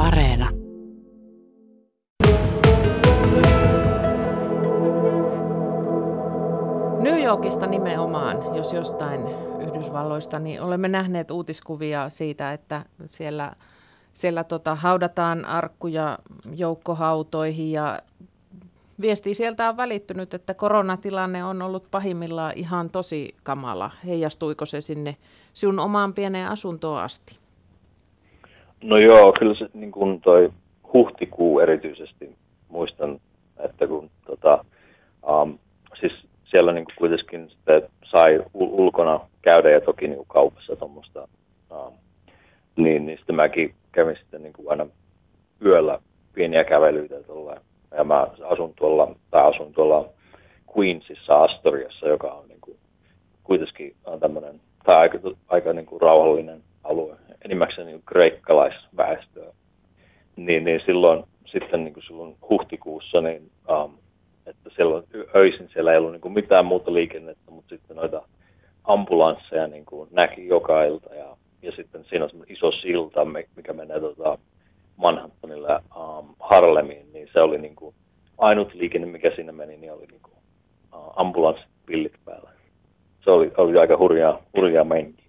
Areena. New Yorkista nimenomaan, jos jostain Yhdysvalloista, niin olemme nähneet uutiskuvia siitä, että siellä haudataan arkkuja joukkohautoihin ja viesti sieltä on välittynyt, että koronatilanne on ollut pahimmillaan ihan tosi kamala. Heijastuiko se sinne sinun omaan pieneen asuntoon asti? No joo, kyllä se niin kuin toi huhtikuu erityisesti muistan, että kun siis siellä niin kuin kuitenkin sitten sai ulkona käydä ja toki niin kuin kaupassa tuommoista, niin sitten mäkin kävin sitten niin kuin aina yöllä pieniä kävelyitä tuolla. Ja mä asun tuolla Queensissa Astoriassa, joka on niin kuin, kuitenkin on tämmöinen, tai aika niin kuin rauhallinen alue, enimmäkseen niin kreikkalaisväestöä. Niin silloin sitten niin kuin silloin huhtikuussa, niin että silloin öisin siellä ei ollut niin kuin mitään muuta liikennettä, mutta sitten noita ambulansseja niin kuin näki joka ilta ja sitten siinä on iso silta, mikä menee Manhattanille Harlemiin, niin se oli niin kuin ainut liikenne, mikä sinne meni, niin oli niin kuin ambulanssipillit päällä. Se oli aika hurjaa meininkiä.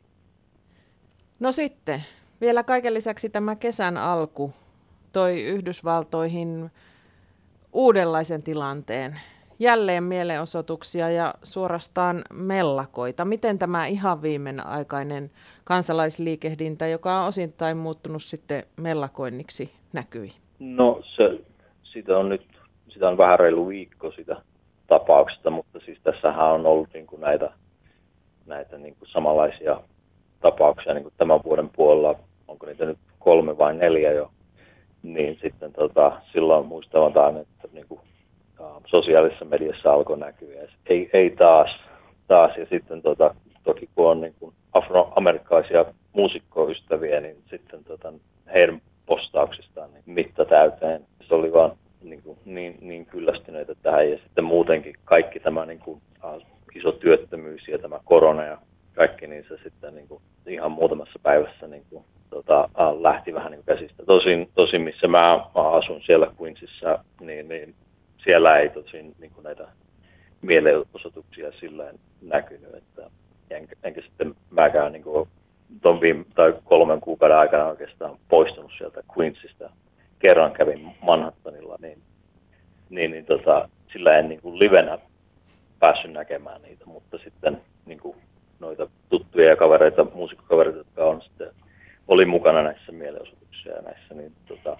No sitten, vielä kaiken lisäksi tämä kesän alku toi Yhdysvaltoihin uudenlaisen tilanteen. Jälleen mielenosoituksia ja suorastaan mellakoita. Miten tämä ihan viimeaikainen kansalaisliikehdintä, joka on osittain muuttunut sitten mellakoinniksi, näkyi? No sitä on vähän reilu viikko sitä tapauksesta, mutta siis tässähän on ollut niin kuin näitä niin kuin samanlaisia tapauksia niin kuin tämän vuoden puolella, onko niitä nyt 3 vai 4 jo, niin sitten silloin muistavan, että niin kuin sosiaalisessa mediassa alkoi näkyä. Ei taas. Ja sitten toki kun on niin kuin afroamerikkalaisia muusikkoystäviä, niin sitten heidän postauksistaan niin mitta täyteen. Se oli vaan niin kyllästyneitä tähän ja sitten muutenkin kaikki tämä niin kuin, iso työttömyys ja tämä korona ja kaikki, niin se sitten niin kuin, ihan muutamassa päivässä niin kuin, lähti vähän niin kuin käsistä. Tosin missä mä asun siellä Queensissa, niin siellä ei tosin niin kuin näitä mielenosoituksia sillä näkynyt, että enkä sitten mäkään niin kuin ton 3 kuukauden aikana oikeastaan poistunut sieltä Queensista. Kerran kävin Manhattanilla, niin sillä en niin kuin livenä päässyt näkemään niitä, mutta sitten niin kuin noita tuttuja ja kavereita, muusikkokavereita, jotka oli mukana näissä mielenosoituksissa ja näissä, niin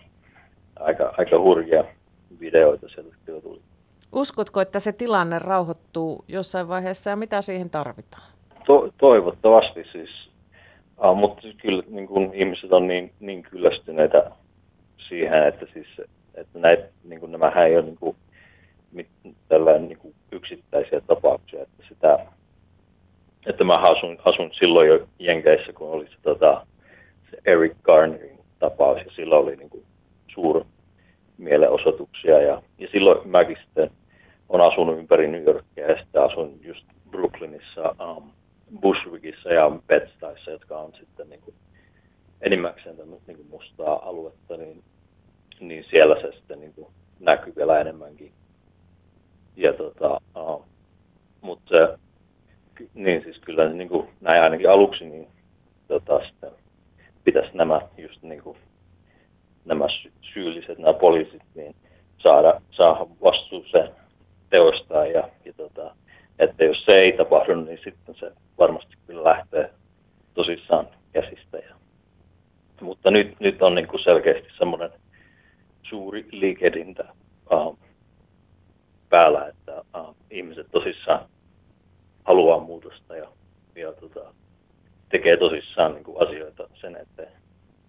aika hurjia videoita sieltä kyllä tuli. Uskotko, että se tilanne rauhoittuu jossain vaiheessa ja mitä siihen tarvitaan? Toivottavasti siis, mutta kyllä niin kuin ihmiset on niin kyllästyneitä siihen, että näitä niin kuin nämähän ei ole niin kuin tällainen niin kuin yksittäisiä tapauksia, että mä asun silloin jo Jenkeissä, kun oli se Eric Garnerin tapaus ja silloin oli niin kuin mielenosoituksia ja silloin mäkin sitten olen asunut ympäri New Yorkia ja sitten asun just Brooklynissa, Bushwickissa ja Bed-Stuyssa, jotka on sitten niin kuin enimmäkseen tämmöistä niin kuin mustaa aluetta, niin siellä se sitten niin kuin näkyy vielä enemmänkin. Ja mutta niin siis kyllä niin kuin näin ainakin aluksi, niin sitten pitäisi nämä just niin kuin nämä syylliset, nämä poliisit, niin saada vastuuseen teostaan ja että jos se ei tapahdu, niin sitten se varmasti kyllä lähtee tosissaan käsistä. Mutta nyt on niin kuin selkeästi semmoinen suuri liikehdintä päällä, että ihmiset tosissaan haluaa muutosta ja tekee tosissaan niin kuin asioita sen eteen.